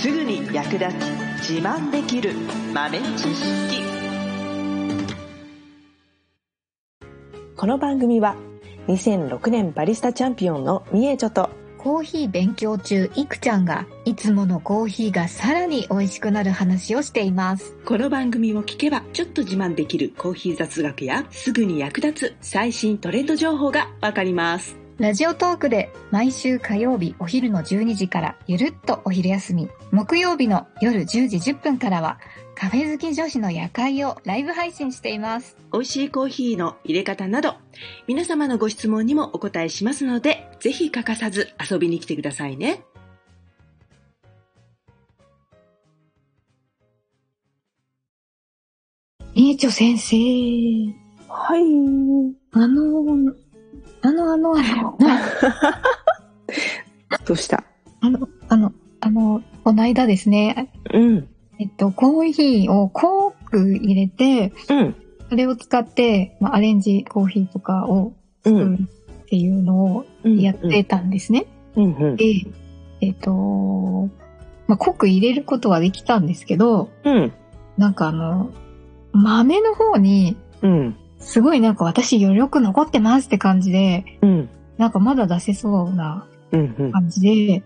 すぐに役立つ自慢できる豆知識。この番組は2006年バリスタチャンピオンのみえちょとコーヒー勉強中いくちゃんがいつものコーヒーがさらに美味しくなる話をしています。 この番組を聞けばちょっと自慢できるコーヒー雑学やすぐに役立つ最新トレンド情報がわかります。 ラジオトークで毎週火曜日お昼の12時からゆるっとお昼休み、木曜日の夜10時10分からはカフェ好き女子の夜会をライブ配信しています。 美味しいコーヒーの入れ方など皆様のご質問にもお答えしますので、ぜひ欠かさず遊びに来てくださいね。 みえちょ先生。 はい。どうした？ この間ですね。コーヒーをコーク入れて、それを使って、アレンジコーヒーとかを作るっていうのをやってたんですね。で、コーク入れることはできたんですけど、なんか豆の方に、すごいなんか私余力残ってますって感じで、なんかまだ出せそうな感じで、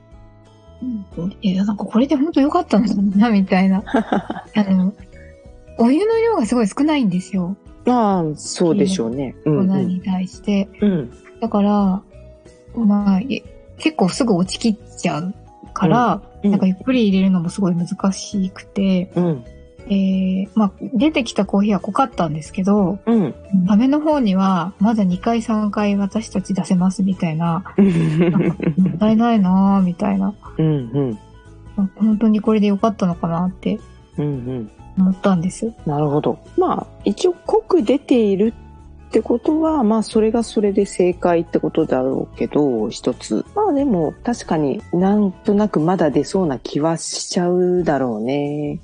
なんかこれで本当良かったのかなみたいな。お湯の量がすごい少ないんですよ。 ああ、そうでしょうね。 粉に対して。だから、結構すぐ落ちきっちゃうから、なんかゆっくり入れるのもすごい難しくて、出てきたコーヒーは濃かったんですけど、豆の方にはまだ2回3回私たち出せますみたいな、なんかもったいないなぁみたいな、本当にこれでよかったのかなって思ったんです。 なるほど。一応濃く出ているってことは、それがそれで正解ってことだろうけど、一つ。でも確かになんとなくまだ出そうな気はしちゃうだろうね。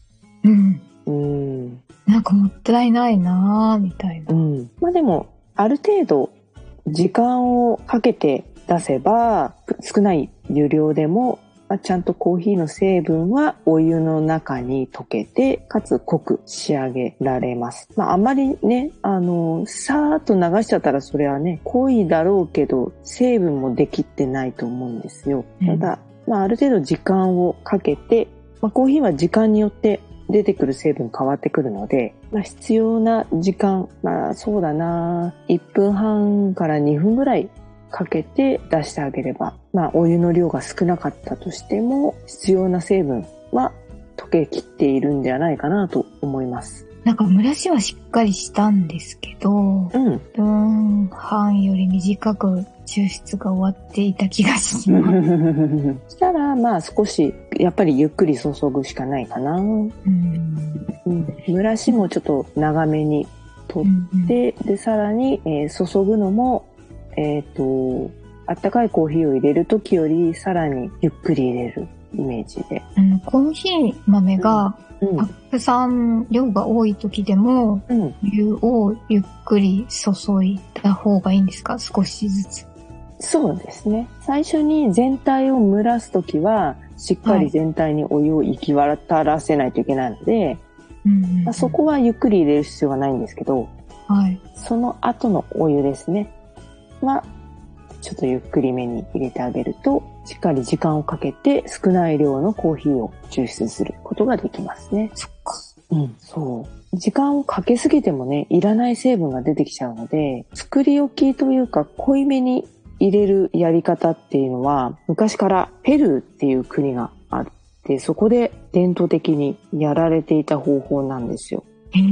なんかもったいないなぁみたいな。 でもある程度時間をかけて出せば少ない湯量でも、ちゃんとコーヒーの成分はお湯の中に溶けてかつ濃く仕上げられます。あんまりねさーっと流しちゃったらそれはね濃いだろうけど成分もできてないと思うんですよ。ただ、ある程度時間をかけて、コーヒーは時間によって出てくる成分変わってくるので、必要な時間、そうだな、1分半から2分ぐらいかけて出してあげれば、お湯の量が少なかったとしても必要な成分は溶けきっているんではないかなと思います。 なんか蒸らしはしっかりしたんですけど、1分半より短く抽出が終わっていた気がします。 そしたら少しやっぱりゆっくり注ぐしかないかな。蒸らしもちょっと長めに取って、でさらに、注ぐのもあったかいコーヒーを入れる時よりさらにゆっくり入れるイメージで。 コーヒー豆がたくさん量が多い時でも、湯をゆっくり注いだ方がいいんですか？少しずつ。 そうですね。最初に全体を蒸らす時はしっかり全体にお湯を行き渡らせないといけないので、そこはゆっくり入れる必要はないんですけど、その後のお湯ですねはちょっとゆっくりめに入れてあげると、しっかり時間をかけて少ない量のコーヒーを抽出することができますね。 そっか。 そう。時間をかけすぎてもね、いらない成分が出てきちゃうので、作り置きというか濃いめに入れるやり方っていうのは、昔からペルーっていう国があって、そこで伝統的にやられていた方法なんですよ。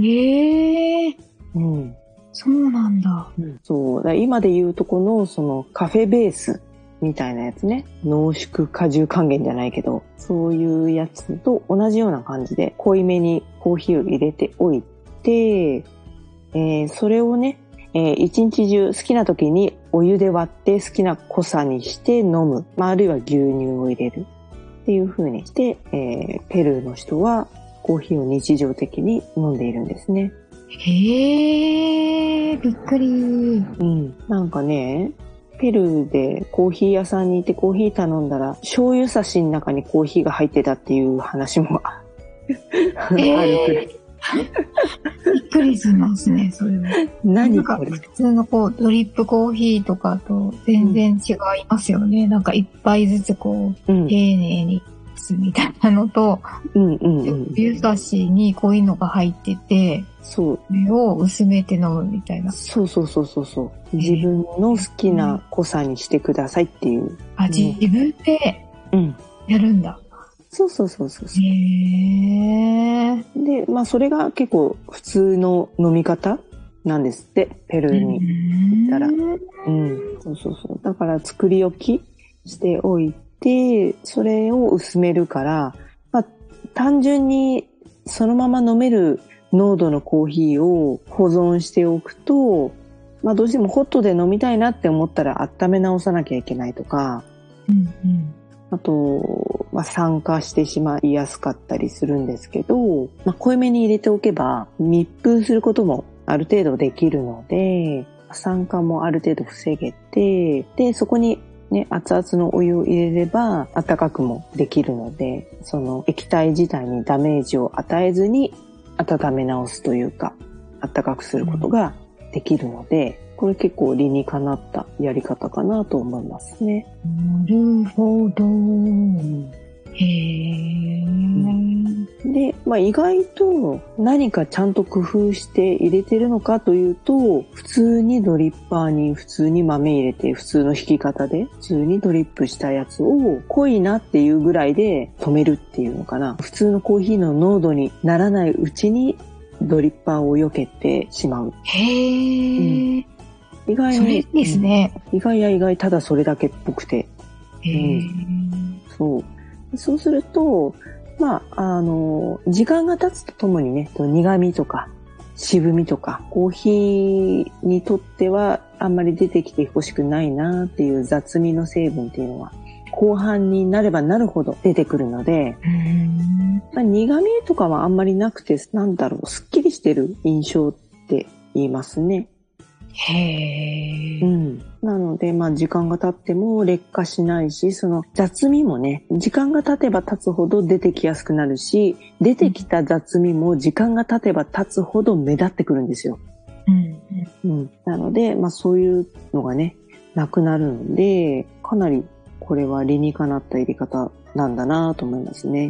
そうなんだ。 そう。今で言うとこのそのカフェベースみたいなやつね。濃縮果汁還元じゃないけど、そういうやつと同じような感じで濃いめにコーヒーを入れておいて、それをね、一日中好きな時にお湯で割って好きな濃さにして飲む。あるいは牛乳を入れる。っていう風にして、ペルーの人はコーヒーを日常的に飲んでいるんですね。 びっくり。 なんかね、 ペルーでコーヒー屋さんに行ってコーヒー頼んだら醤油差しの中にコーヒーが入ってたっていう話もあるくらい。 びっくりしますね、それは。 何これ。 普通のドリップコーヒーとかと全然違いますよね。なんか一杯ずつ丁寧にみたいなのと、湯差しにこういうのが入ってて、それを薄めて飲むみたいな。 そう。自分の好きな濃さにしてくださいっていう。 自分でやるんだ。 そう。で、それが結構普通の飲み方なんですって、ペルーに行ったら。そう。だから作り置きしておいて、それを薄めるから、単純にそのまま飲める濃度のコーヒーを保存しておくと、どうしてもホットで飲みたいなって思ったら温め直さなきゃいけないとか、あと、酸化してしまいやすかったりするんですけど、濃いめに入れておけば密封することもある程度できるので、酸化もある程度防げて、で、そこに熱々のお湯を入れれば温かくもできるので、その液体自体にダメージを与えずに温め直すというか、温かくすることができるので、これ結構理にかなったやり方かなと思いますね。 なるほど。へー。 で、意外と何かちゃんと工夫して入れてるのかというと、普通にドリッパーに普通に豆入れて、普通の引き方で普通にドリップしたやつを濃いなっていうぐらいで止めるっていうのかな。普通のコーヒーの濃度にならないうちにドリッパーを避けてしまう。 へー。 意外に。 それですね。 意外ただそれだけっぽくて。そうすると、時間が経つとともにね、苦味とか渋みとか、コーヒーにとってはあんまり出てきてほしくないなっていう雑味の成分っていうのは、後半になればなるほど出てくるので、苦味とかはあんまりなくて、すっきりしてる印象って言いますね。 へー。 なので、時間が経っても劣化しないし、その雑味もね、時間が経てば経つほど出てきやすくなるし、出てきた雑味も時間が経てば経つほど目立ってくるんですよ。なので、そういうのがね、なくなるので、かなりこれは理にかなった入れ方なんだなと思いますね。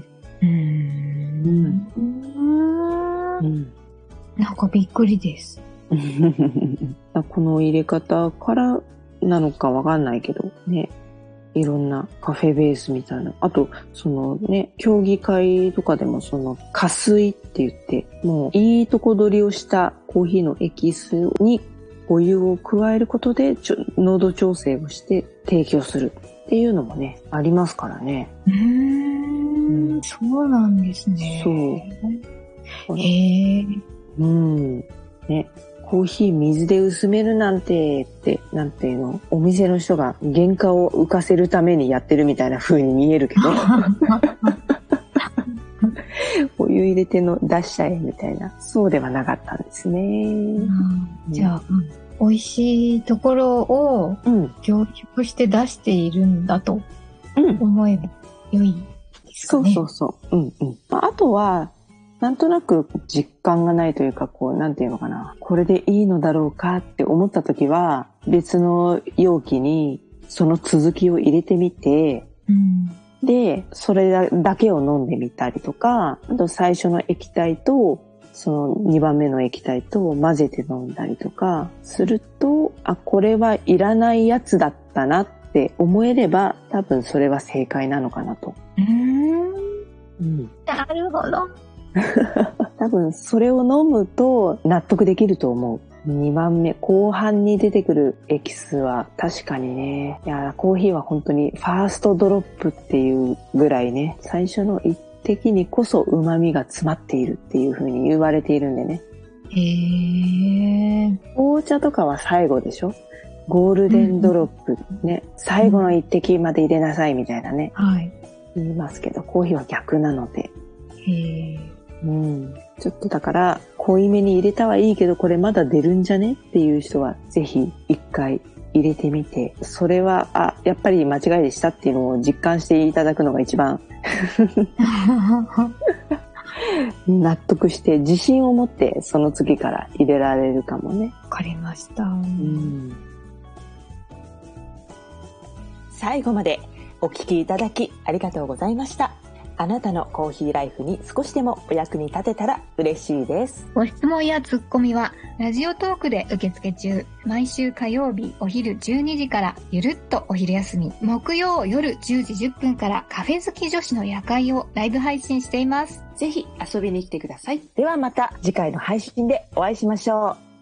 なんかびっくりです。 この入れ方からなのかわかんないけどね、いろんなカフェベースみたいな、あと競技会とかでも加水って言って、もういいとこ取りをしたコーヒーのエキスにお湯を加えることで濃度調整をして提供するっていうのもね、ありますからね。 そうなんですね。 そう。ね。コーヒー水で薄めるなんてって、お店の人が原価を浮かせるためにやってるみたいな風に見えるけどお湯入れて出しちゃえみたいな、そうではなかったんですね。 じゃあ、美味しいところを凝縮して出しているんだと思えば良いですかね。 そう。あとはなんとなく実感がないというか、なんていうのかな、これでいいのだろうかって思った時は、別の容器にその続きを入れてみて、で、それだけを飲んでみたりとか、あと最初の液体と、その2番目の液体と混ぜて飲んだりとかすると、これはいらないやつだったなって思えれば、多分それは正解なのかなと。 なるほど。 多分それを飲むと納得できると思う。2番目後半に出てくるエキスは確かにね、コーヒーは本当にファーストドロップっていうぐらいね、最初の一滴にこそ旨味が詰まっているっていう風に言われているんでね。紅茶とかは最後でしょ。ゴールデンドロップね、最後の一滴まで入れなさいみたいなね、言いますけど、コーヒーは逆なので。ちょっとだから濃いめに入れたはいいけど、これまだ出るんじゃねっていう人はぜひ一回入れてみて、それはやっぱり間違いでしたっていうのを実感していただくのが一番納得して自信を持ってその次から入れられるかもね。 わかりました。 最後までお聞きいただきありがとうございました。あなたのコーヒーライフに少しでもお役に立てたら嬉しいです。 ご質問やツッコミはラジオトークで受付中。毎週火曜日お昼12時からゆるっとお昼休み、木曜夜10時10分からカフェ好き女子の夜会をライブ配信しています。 ぜひ遊びに来てください。ではまた次回の配信でお会いしましょう。